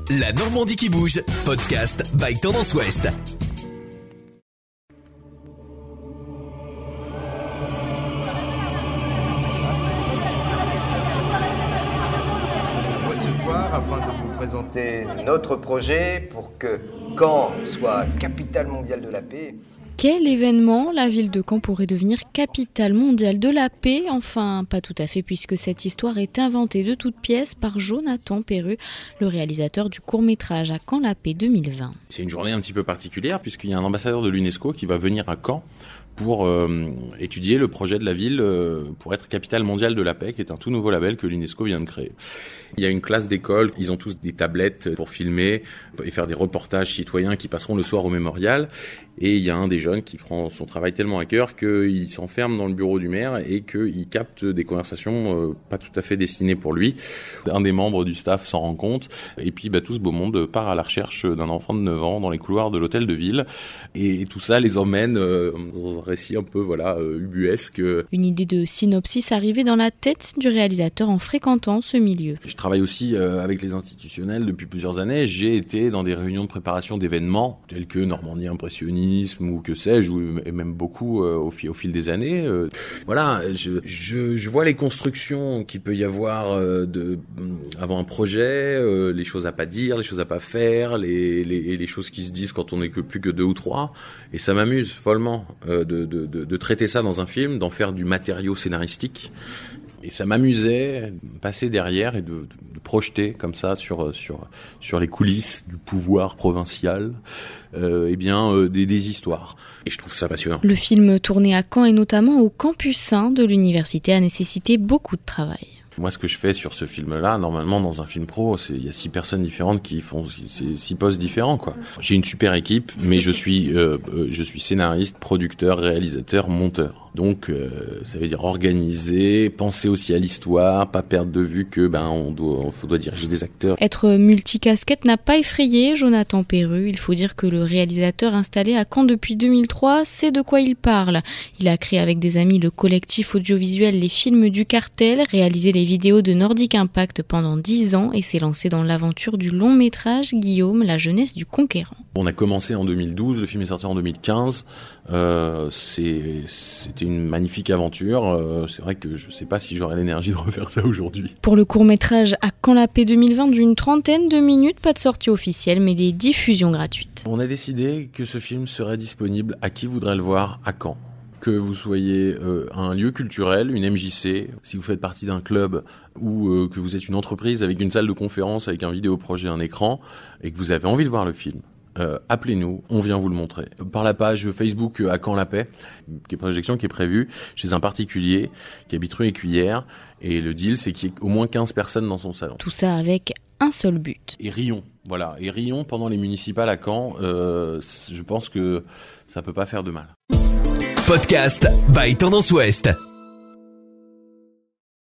La Normandie qui bouge, podcast by Tendance Ouest. Recevoir afin de vous présenter notre projet pour que Caen soit capitale mondiale de la paix. Quel événement la ville de Caen pourrait devenir capitale mondiale de la paix ? Enfin, pas tout à fait, puisque cette histoire est inventée de toutes pièces par Jonathan Perru, le réalisateur du court-métrage À Caen la paix 2020. C'est une journée un petit peu particulière, puisqu'il y a un ambassadeur de l'UNESCO qui va venir à Caen pour étudier le projet de la ville pour être capitale mondiale de la paix, qui est un tout nouveau label que l'UNESCO vient de créer. Il y a une classe d'école, ils ont tous des tablettes pour filmer et faire des reportages citoyens qui passeront le soir au mémorial. Et il y a un des jeunes qui prend son travail tellement à cœur qu'il s'enferme dans le bureau du maire et qu'il capte des conversations pas tout à fait destinées pour lui. Un des membres du staff s'en rend compte et puis tout ce beau monde part à la recherche d'un enfant de 9 ans dans les couloirs de l'hôtel de ville. Et tout ça les emmène dans un récit un peu ubuesque. Une idée de synopsis arrivée dans la tête du réalisateur en fréquentant ce milieu. Je travaille aussi avec les institutionnels depuis plusieurs années. J'ai été dans des réunions de préparation d'événements tels que Normandie Impressionnisme ou que sais-je, et même beaucoup au fil des années. Je vois les constructions qu'il peut y avoir avant un projet, les choses à pas dire, les choses à pas faire, les choses qui se disent quand on n'est que plus que 2 ou 3. Et ça m'amuse follement de traiter ça dans un film, d'en faire du matériau scénaristique. Et ça m'amusait de passer derrière et de projeter comme ça sur les coulisses du pouvoir provincial des histoires. Et je trouve ça passionnant. Le film tourné à Caen et notamment au campus 1 de l'université a nécessité beaucoup de travail. Moi, ce que je fais sur ce film-là, normalement, dans un film pro, il y a 6 personnes différentes qui font 6 postes différents, quoi. J'ai une super équipe, mais je suis scénariste, producteur, réalisateur, monteur. Donc, ça veut dire organiser, penser aussi à l'histoire, pas perdre de vue que, on doit diriger des acteurs. Être multicasquette n'a pas effrayé Jonathan Perru. Il faut dire que le réalisateur installé à Caen depuis 2003 sait de quoi il parle. Il a créé avec des amis le collectif audiovisuel Les Films du Cartel, réalisé les vidéos de Nordic Impact pendant 10 ans et s'est lancé dans l'aventure du long métrage Guillaume, la jeunesse du conquérant. On a commencé en 2012, le film est sorti en 2015. C'était une magnifique aventure. C'est vrai que je ne sais pas si j'aurais l'énergie de refaire ça aujourd'hui. Pour le court-métrage À Caen la paix 2020 d'une trentaine de minutes, pas de sortie officielle, mais des diffusions gratuites. On a décidé que ce film serait disponible à qui voudrait le voir à Caen. Que vous soyez un lieu culturel, une MJC, si vous faites partie d'un club ou que vous êtes une entreprise avec une salle de conférence, avec un vidéoprojet, un écran, et que vous avez envie de voir le film. Appelez-nous, on vient vous le montrer. Par la page Facebook À Caen la paix, qui est projection qui est prévue chez un particulier qui habite rue Écuyère. Et le deal, c'est qu'il y ait au moins 15 personnes dans son salon. Tout ça avec un seul but. Et rions, voilà. Et rions pendant les municipales à Caen. Je pense que ça peut pas faire de mal. Podcast by Tendance Ouest.